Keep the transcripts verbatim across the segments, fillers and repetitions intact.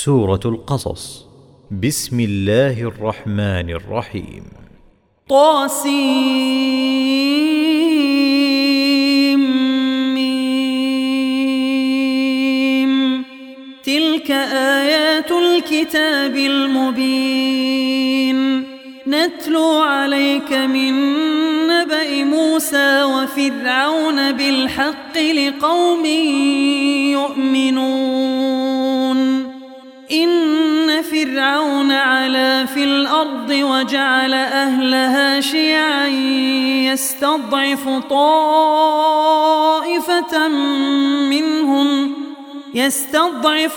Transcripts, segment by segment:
سورة القصص. بسم الله الرحمن الرحيم. طاسيم. تلك آيات الكتاب المبين، نتلو عليك من نبأ موسى وفرعون بالحق لقوم يؤمنون. إن فرعون علا في الأرض وجعل أهلها شيعا يستضعف طائفة منهم يستضعف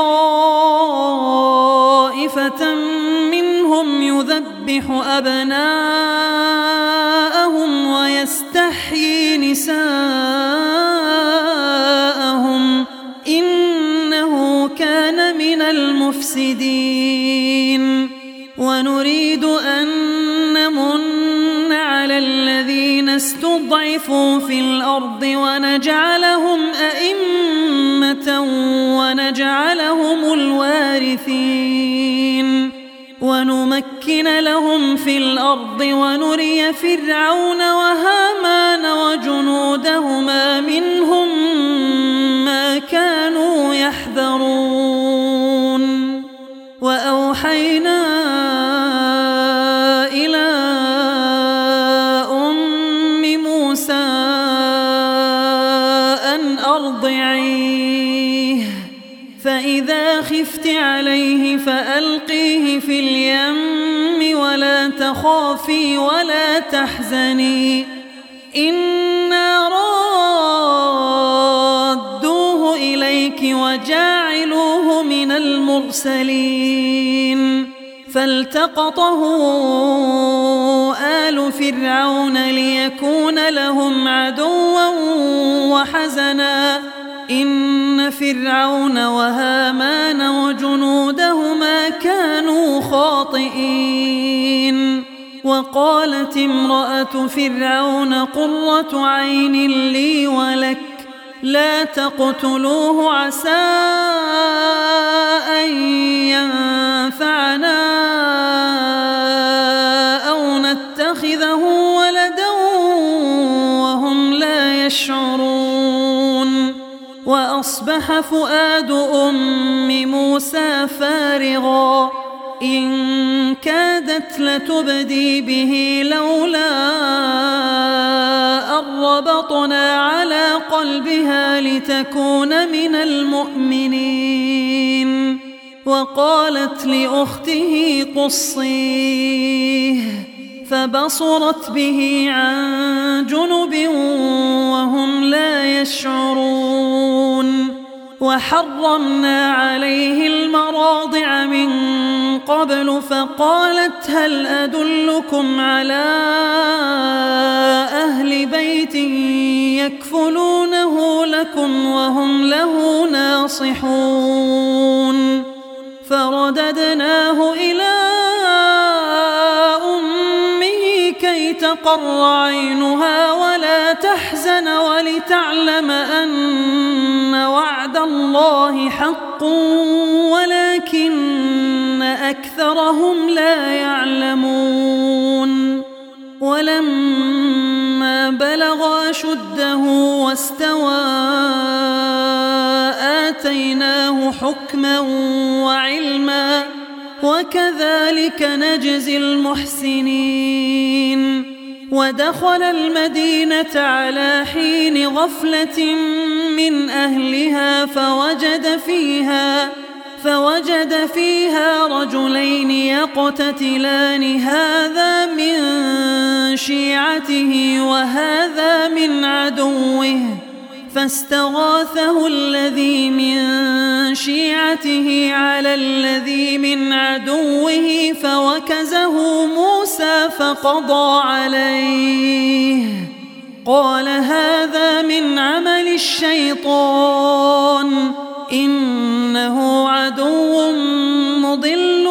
طائفة منهم يذبح أبناءهم ويستحيي نساءهم، إنه كان من المفسدين. ونريد أن نمن على الذين استضعفوا في الأرض ونجعلهم أئمة ونجعلهم الوارثين، ونمكن لهم في الأرض ونري فرعون وهامان وجنودهما منهم ما كانوا يحذرون. وأوحينا إلى أم موسى أن أرضعيه، فإذا خفت عليه فألقيه في اليم ولا تخافي ولا تحزني، إنا رادوه إليك وجاعلوه من المرسلين. فالتقطه آل فرعون ليكون لهم عدوا وحزنا، إن فرعون وهامان وجنودهما كانوا خاطئين. وقالت امرأة فرعون قرة عين لي ولك، لا تقتلوه عسى أن ينفعنا أو نتخذه ولدا وهم لا يشعرون. وأصبح فؤاد أم موسى فارغا، إن كادت لتبدي به لولا أن ربطنا على قلبها لتكون من المؤمنين. وقالت لأخته قصيه، فبصرت به عن جنب وهم لا يشعرون. وحرمنا عليه المراضع من قبل، فقالت هل أدلكم على أهل بيت يكفلونه لكم وهم له ناصحون. فرددناه إلى أمه كي تقر عينها ولا تحزن ولتعلم أن وعد الله حق ولكن أكثرهم لا يعلمون. ولما بلغ أشده واستوى آتيناه حكما وعلما، وكذلك نجزي المحسنين. ودخل المدينة على حين غفلة من أهلها فوجد فيها فوجد فيها رجلين يقتتلان، هذا من شيعته وهذا من عدوه، فاستغاثه الذي من شيعته على الذي من عدوه فوكزه موسى فقضى عليه. قال هذا من عمل الشيطان، إنه عدو مضل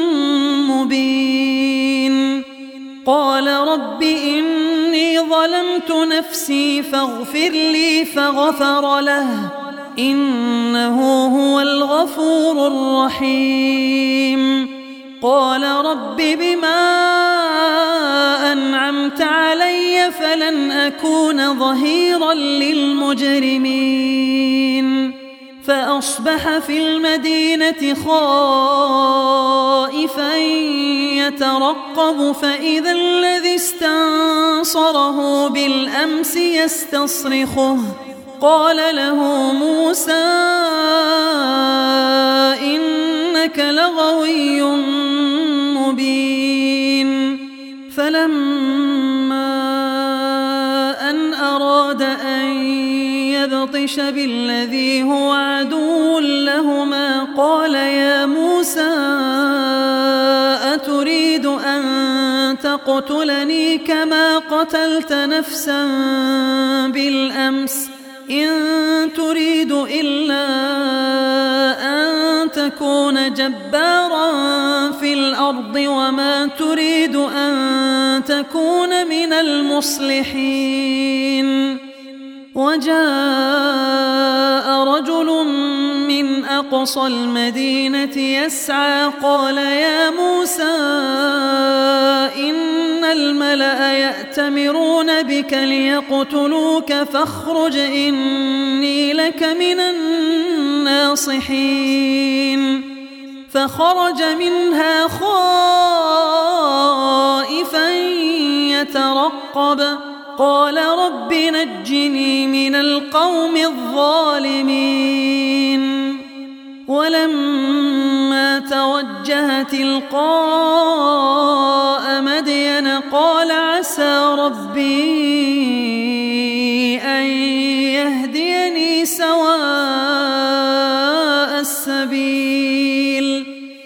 مبين. قال رب إني ظلمت نفسي فاغفر لي فغفر له، إنه هو الغفور الرحيم قال رب بما أنعمت علي فلن أكون ظهيرا للمجرمين فأصبح في المدينة خائفا يترقب فإذا الذي استنصره بالأمس يستصرخه قال له موسى إنك لغوي مبين فلما أن أراد أن يبطش بالذي هو عدو لهما قال يا موسى أتريد أن تقتلني كما قتلت نفسا بالأمس إن تريد إلا أن تكون جبارا في الأرض وما تريد أن تكون من المصلحين وجاء رجل من أقصى المدينة يسعى قال يا موسى إن الملأ يأتمرون بك ليقتلوك فاخرج إني لك من الناصحين فخرج منها خائفا يترقب قال رب نجني من القوم الظالمين ولما توجه تلقاء مدين قال عسى ربي أن يهديني سواء السبيل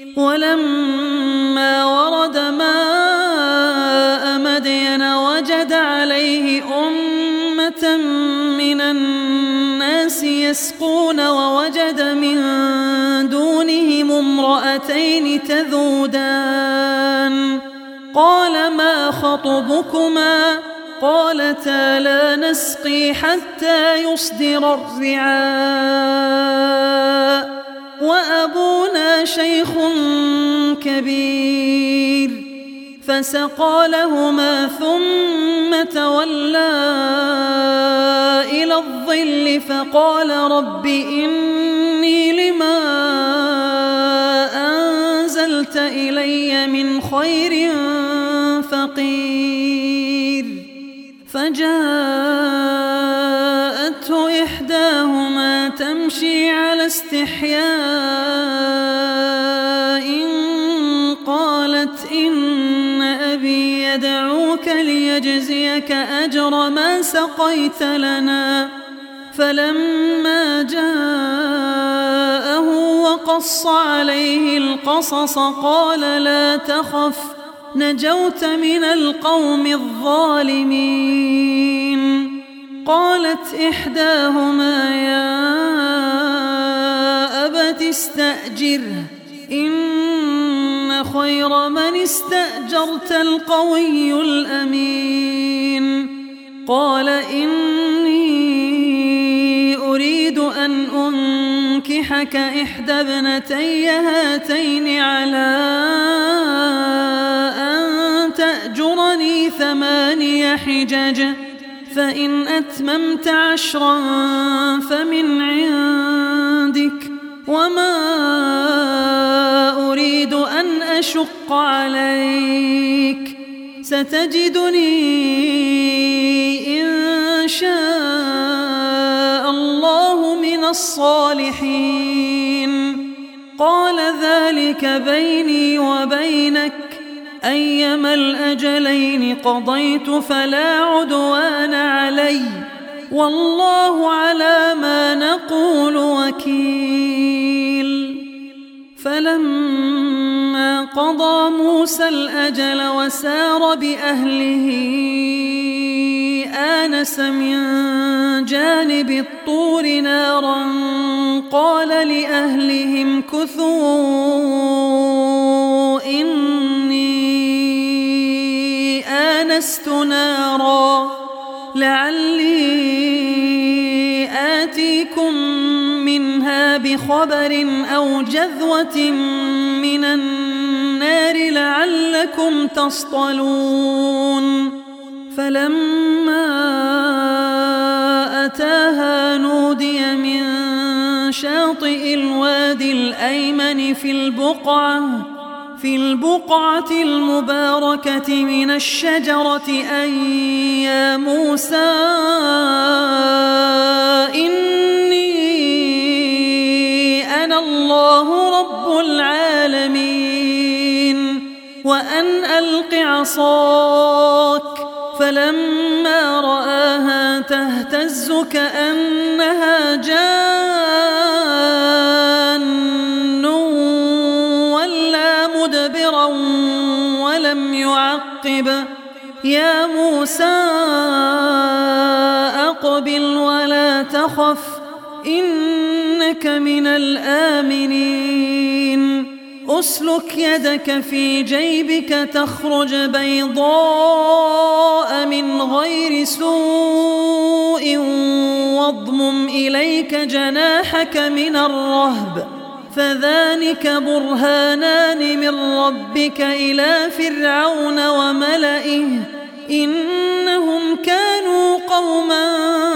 ولما ورد ماء مدين وجد عليه أمة من الناس يسقون ووجد من دونهم امرأتين تذودان قال ما خطبكما قالتا لا نسقي حتى يصدر الرعاء وأبونا شيخ كبير فسقى لهما ثم تولى إلى الظل فقال رب إني لما أنزلت إلي من خير فقير فجاءته إحداهما تمشي على استحياء قالت إن أبي يدعوك ليجزيك أجر ما سقيت لنا فلما جاءه وقص عليه القصص قال لا تخف نجوت من القوم الظالمين قالت إحداهما يا أبت استأجره إن خير من استأجرت القوي الأمين قال إني أريد أن أنكحك إحدى ابنتي هاتين على أن تأجرني ثماني حجج فإن أتممت عشرا فمن عندك وما أريد أن أشق عليك ستجدني إن شاء الله من الصالحين قال ذلك بيني وبينك أيما الأجلين قضيت فلا عدوان علي والله على ما نقول وكيل فلما قضى موسى الأجل وسار بأهله آنس من جانب الطور نارا قال لأهلهم كثوا إني آنست نارا لعلي آتيكم خبر أو جذوة من النار لعلكم تصطلون فلما أتاها نودي من شاطئ الوادي الأيمن في البقعة في البقعة المباركة من الشجرة أن يا موسى إني أنا الله رب العالمين وأن ألق عصاك فلما رآها تهتز كأنها جان ولا مدبرا ولم يعقب يا موسى أقبل ولا تخف إنك من الآمنين أسلك يدك في جيبك تخرج بيضاء من غير سوء واضمم إليك جناحك من الرهب فذلك برهانان من ربك إلى فرعون وملئه إنهم كانوا قوما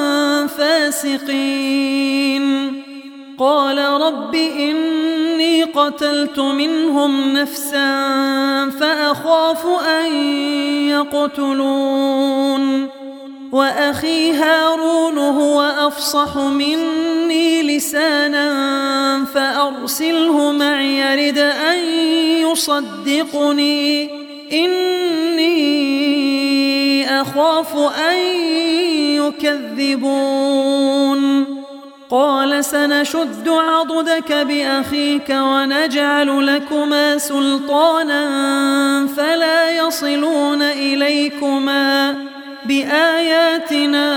فاسقين قال رب إني قتلت منهم نفسا فأخاف أن يقتلون وأخي هارون هو أفصح مني لسانا فأرسله معي يرد أن يصدقني إني أخاف أن يكذبون قال سنشد عضدك بأخيك ونجعل لكما سلطانا فلا يصلون إليكما بآياتنا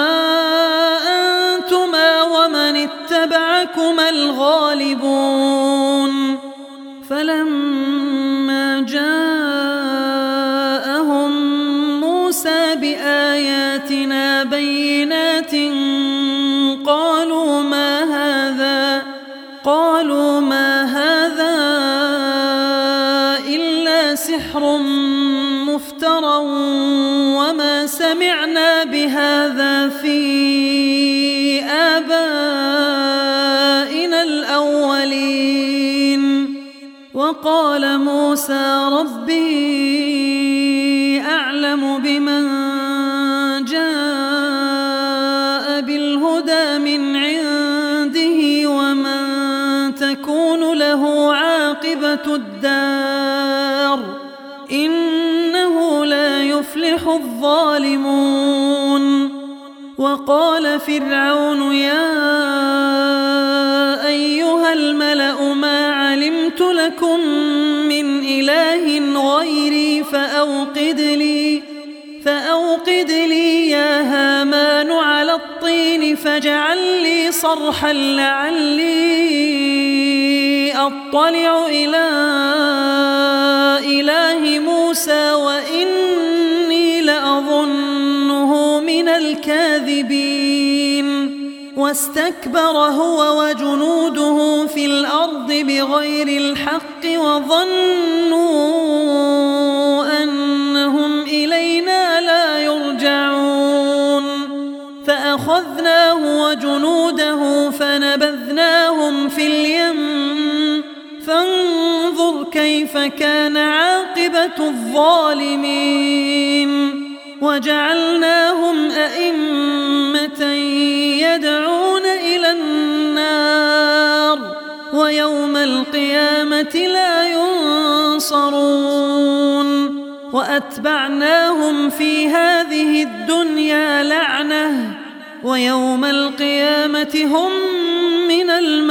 أنتما ومن اتبعكما الغالبون فلما جاءهم موسى بآياتنا بينات قالوا ما هذا قالوا ما هذا إلا سحر مفترى وما سمعنا بهذا في آبائنا الأولين وقال موسى ربي أعلم بمن جاء بالهدى من عنده ومن تكون له عاقبة الدار إنه لا يفلح الظالمون وقال فرعون يا أيها الملأ ما علمت لكم من إله غيري فأوقد لي فأوقد لي يا هامان على الطين فاجعل لي صرحا لعلي أطلع إلى إله موسى وإني لأظنه من الكاذبين واستكبر هو وجنوده في الأرض بغير الحق وظنوا أنهم إلينا لا يرجعون فأخذناه وجنوده فنبذناهم في اليم فانظر كيف كان عاقبة الظالمين وجعلناهم أئمة يدعون إلى النار ويوم القيامة لا ينصرون وأتبعناهم في هذه الدنيا لعنة ويوم القيامة هم من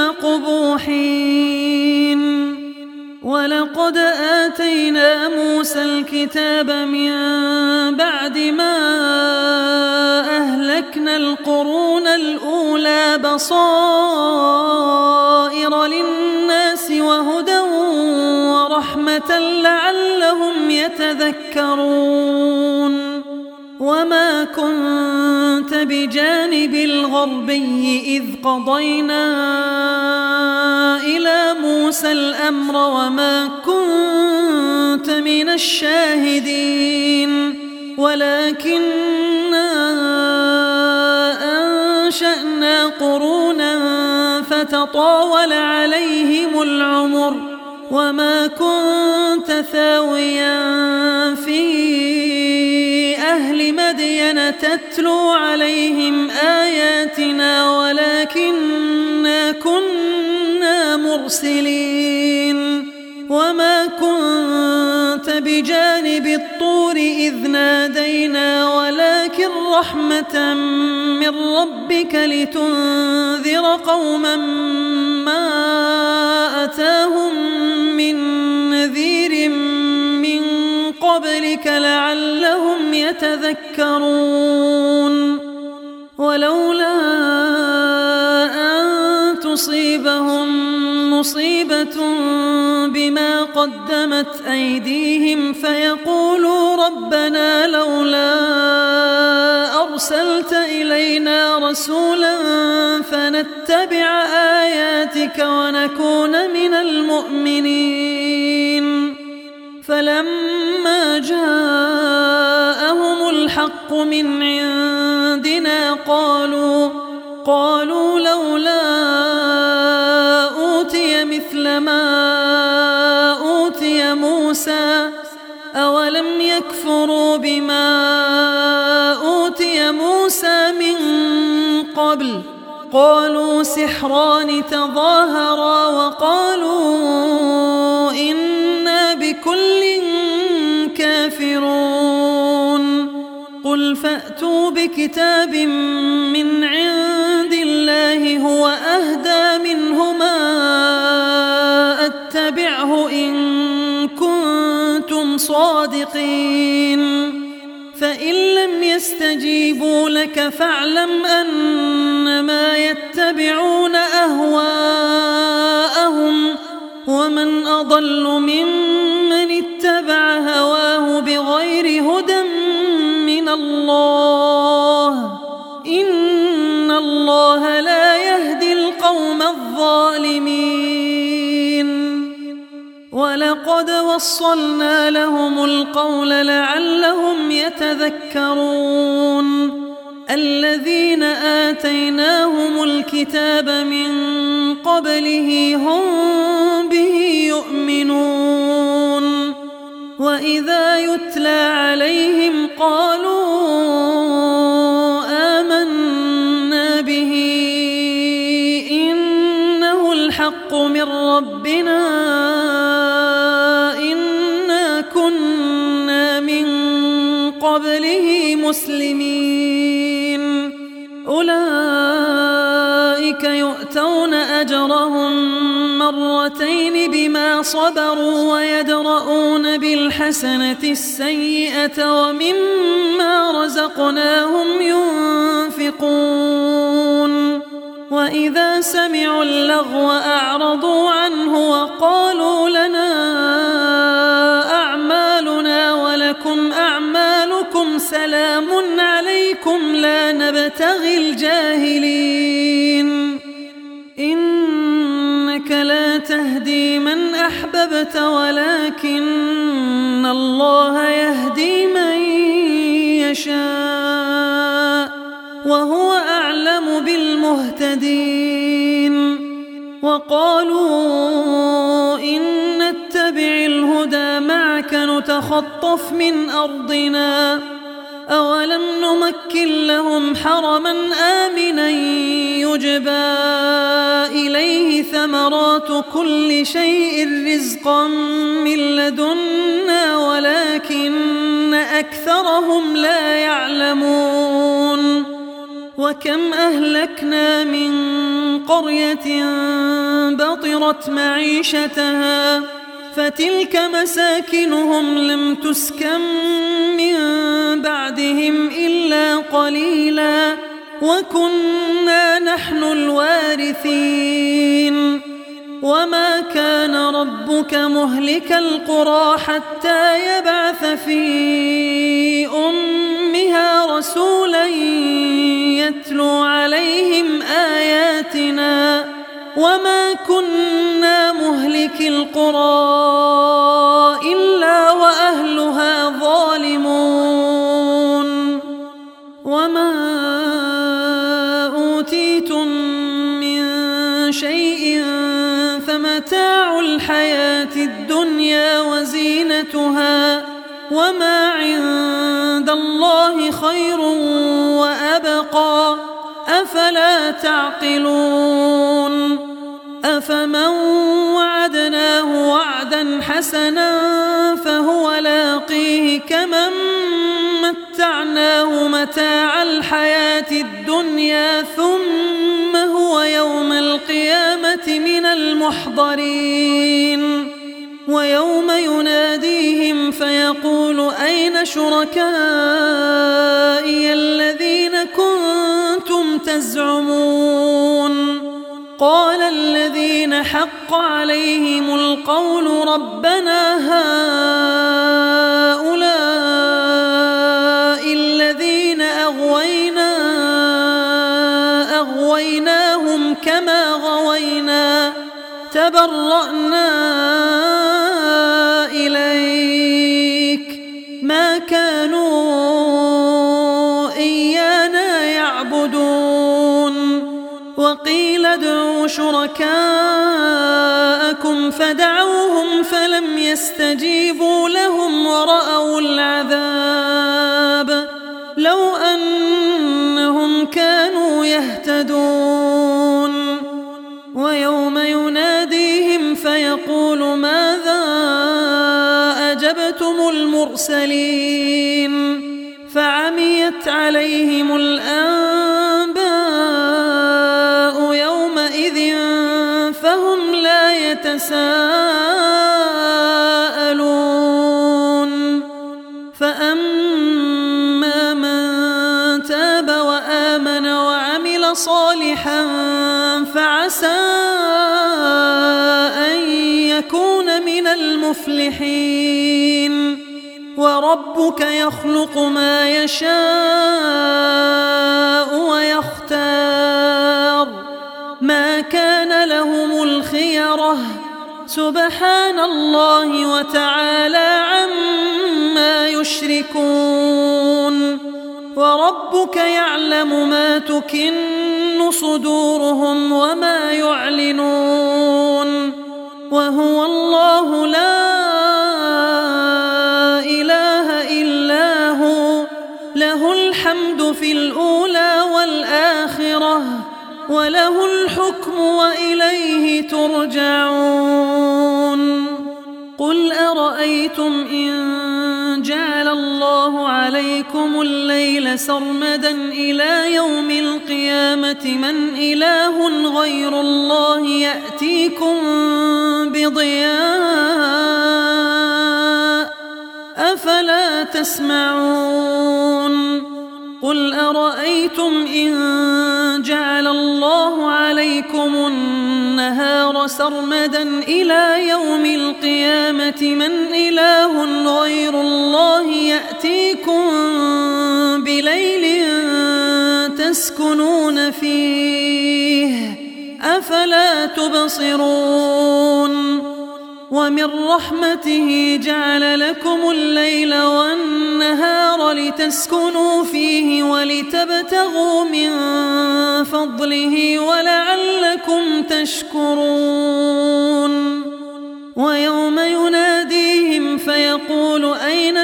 المقبوحين ولقد آتينا موسى الكتاب من بعد ما أهلكنا القرون الأولى بصائر للناس وهدى ورحمة لعلهم يتذكرون وما كنت بجانب الغربي إذ قضينا إلى موسى الأمر وما كنت من الشاهدين ولكننا أنشأنا قرونا فتطاول عليهم العمر وما كنت ثاويا في أهل مدين تتلو عليهم آياتنا ولكننا كنا مرسلين وما كنت بجانب الطور إذ نادينا ولكن رحمة من ربك لتنذر قوما ما أتاهم من نذير من قبلك لعلهم يتذكرون ولولا أن تصيبهم مصيبة بما قدمت أيديهم فيقولوا ربنا لولا أرسلت إلينا رسولا فنتبع آياتك ونكون من المؤمنين فلما جاءهم الحق من عندنا قالوا قالوا لولا أوتي مثل ما أوتي موسى أولم يكفروا بما أوتي موسى من قبل قالوا سحران تظاهرا وقالوا إنا بكل كافرون قل فأتوا بكتاب من عند الله هو أهدى منهما أتبعه إن كنتم صادقين فإن لم يستجيبوا لك فاعلم أنما يتبعون أهواءهم ومن أضل ممن اتبع هواه بغير هدى من الله إن الله لا يهدي القوم الظالمين ولقد وصلنا لهم القول لعلهم يتذكرون الذين آتيناهم الكتاب من قبله هم به يؤمنون وإذا يتلى عليهم قالوا آمنا به إنه الحق من ربنا إنا كنا من قبله مسلمين أولئك يؤتون أجرهم مرتين بما صبروا ويدرؤون بالحسنة السيئة ومما رزقناهم ينفقون وإذا سمعوا اللغو أعرضوا عنه وقالوا لنا أعمالنا ولكم أعمالكم سلام عليكم لا نبتغي الجاهلين إنك لا تهدي من أحببت ولكن الله يهدي من يشاء وهو أعلم بالمهتدين وقالوا إن نتبع الهدى معك نتخطف من أرضنا أولم نمكن لهم حرما آمنا يجبى إليه ثمرات كل شيء رزقا من لدنا ولكن أكثرهم لا يعلمون وكم أهلكنا من قرية بطرت معيشتها فتلك مساكنهم لم تسكن من بعدهم إلا قليلا وكنا نحن الوارثين وما كان ربك مهلك القرى حتى يبعث في أمها رسولا يتلو عليهم آياتنا وما كنا مهلك القرى إلا وأهلها ظالمون وما أوتيتم من شيء فمتاع الحياة الدنيا وزينتها وما عند الله خير وأبقى أفلا تعقلون أفمن وعدناه وعدا حسنا فهو لاقيه كمن متعناه متاع الحياة الدنيا ثم هو يوم القيامة من المحضرين ويوم يناديهم فيقول أين شركائي الذين كنتم تزعمون قال الذين حق عليهم القول ربنا هؤلاء الذين أغوينا أغويناهم كما غوينا تبرأنا إليك ما كانوا إيانا يعبدون وقيل ادعوا شركاءكم فدعوهم فلم يستجيبوا لهم ورأوا العذاب لو أنهم كانوا يهتدون ويوم يناديهم فيقول ماذا أجبتم المرسلين فعميت عليهم الأنباء يومئذ فهم لا يتساءلون فأما من تاب وآمن وعمل صالحا فعسى أن يكون من المفلحين وربك يخلق ما يشاء ويختار ما كان لهم الخيرة سبحان الله وتعالى عما يشركون وربك يعلم ما تكن صدورهم وما يعلنون وهو الله لا إله إلا هو له الحمد في الأولى والآخرة وله الحكم وإليه ترجعون قل أرأيتم إن جعل الله عليكم الليل سرمدا إلى يوم القيامة من إله غير الله يأتيكم بضياء أفلا تسمعون قل أرأيتم إن جعل الله عليكم النهار سرمدا إلى يوم القيامة من إله غير الله يأتيكم بليل تسكنون فيه أفلا تبصرون ومن رحمته جعل لكم الليل والنهار لتسكنوا فيه ولتبتغوا من فضله ولعلكم تشكرون ويوم يناديهم فيقول أين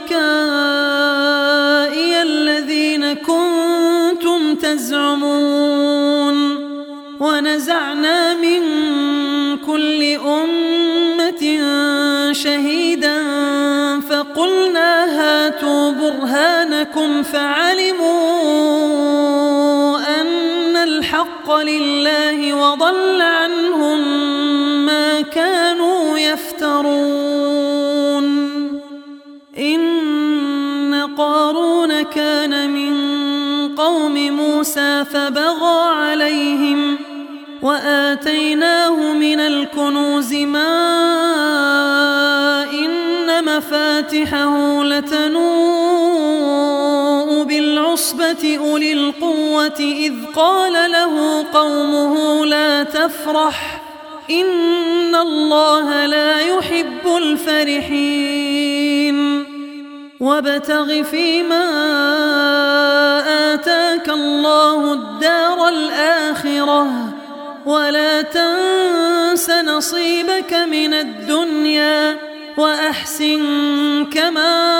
شركائي الذين كنتم تزعمون ونزعنا من كل أمة شهيدا فقلنا هاتوا برهانكم فعلموا أن الحق لله وضل عنهم ما كانوا يفترون إن قارون كان من قوم موسى فبغى عليهم وآتيناه من الكنوز ما إن مفاتحه لتنوء بالعصبة العصبة أولي القوة إذ قال له قومه لا تفرح إن الله لا يحب الفرحين وابتغ فيما آتاك الله الدار الآخرة ولا تنس نصيبك من الدنيا وأحسن كما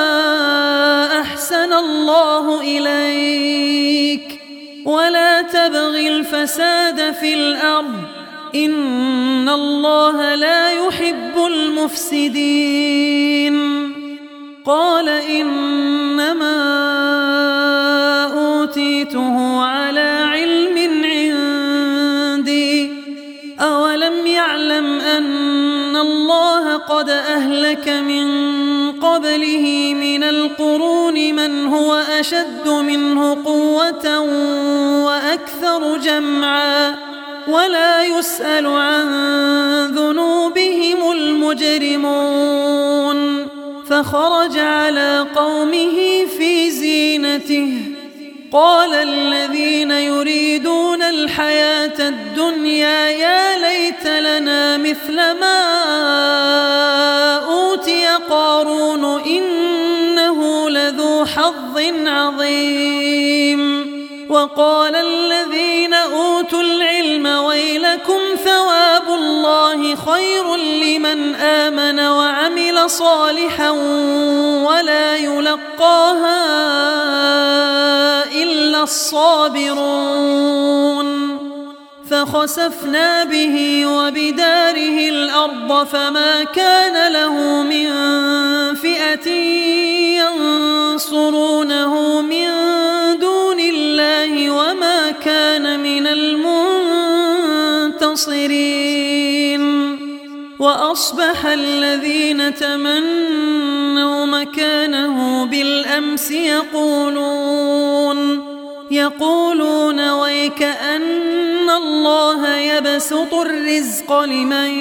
أحسن الله إليك ولا تبغ الفساد في الأرض إن الله لا يحب المفسدين قال إنما أوتيته على علم عندي أولم يعلم أن الله قد أهلك من قبله من القرون من هو أشد منه قوة وأكثر جمعا ولا يسأل عن ذنوبهم المجرمون فخرج على قومه في زينته قال الذين يريدون الحياة الدنيا يا ليت لنا مثل ما أوتي قارون إنه لذو حظ عظيم وقال الذين أوتوا العلم ويلكم ثواب الله خير لمن آمن وعمل صالحا ولا يلقاها إلا الصابرون فخسفنا به وبداره الأرض فما كان له من فئة ينصرونه من دون الله وما كان من المنتصرين وأصبح الذين تمنوا مكانه بالأمس يقولون يقولون ويكأن الله يبسط الرزق لمن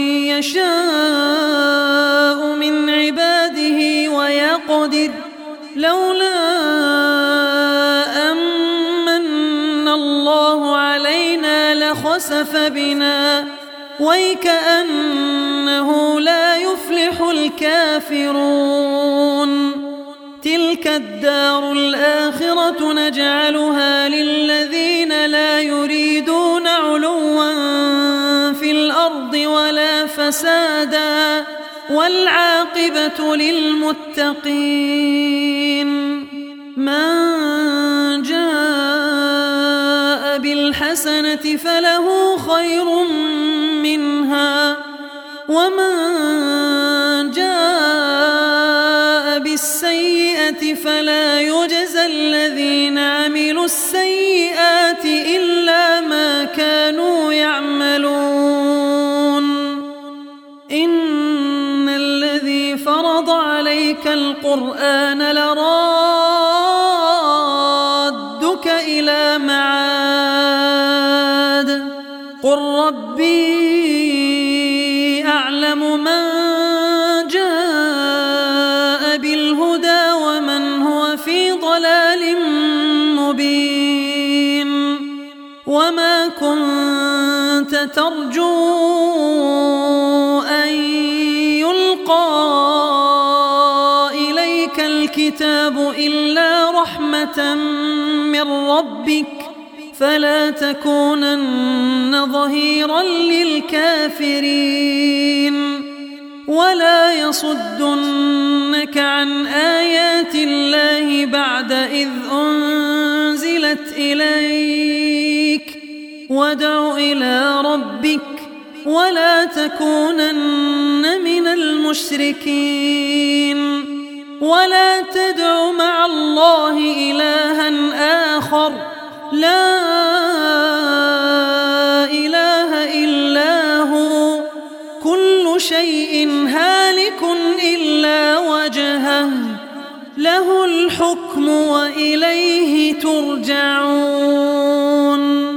يشاء من عباده ويقدر لولا أمن الله علينا لخسف بنا ويكأنه لا يفلح الكافرون تلك الدار الآخرة نجعلها للذين لا يريدون علوا في الأرض ولا فسادا والعاقبة للمتقين من جاء بالحسنة فله خير منها ومن جاء بالسيئة فلا يجزى الذين عملوا السيئات إلا ما كانوا يعملون إن الذي فرض عليك القرآن لرادك إلى معاد قل ربي أعلم من جاء بالهدى ومن هو في ضلال مبين وما كنت ترجو أن يلقى إليك الكتاب إلا رحمة من ربك فلا تكونن ظهيرا للكافرين ولا يصدنك عن آيات الله بعد إذ أنزلت إليك وادع إلى ربك ولا تكونن من المشركين ولا تدع مع الله إلها آخر لا إله إلا هو كل شيء هالك إلا وجهه له الحكم وإليه ترجعون.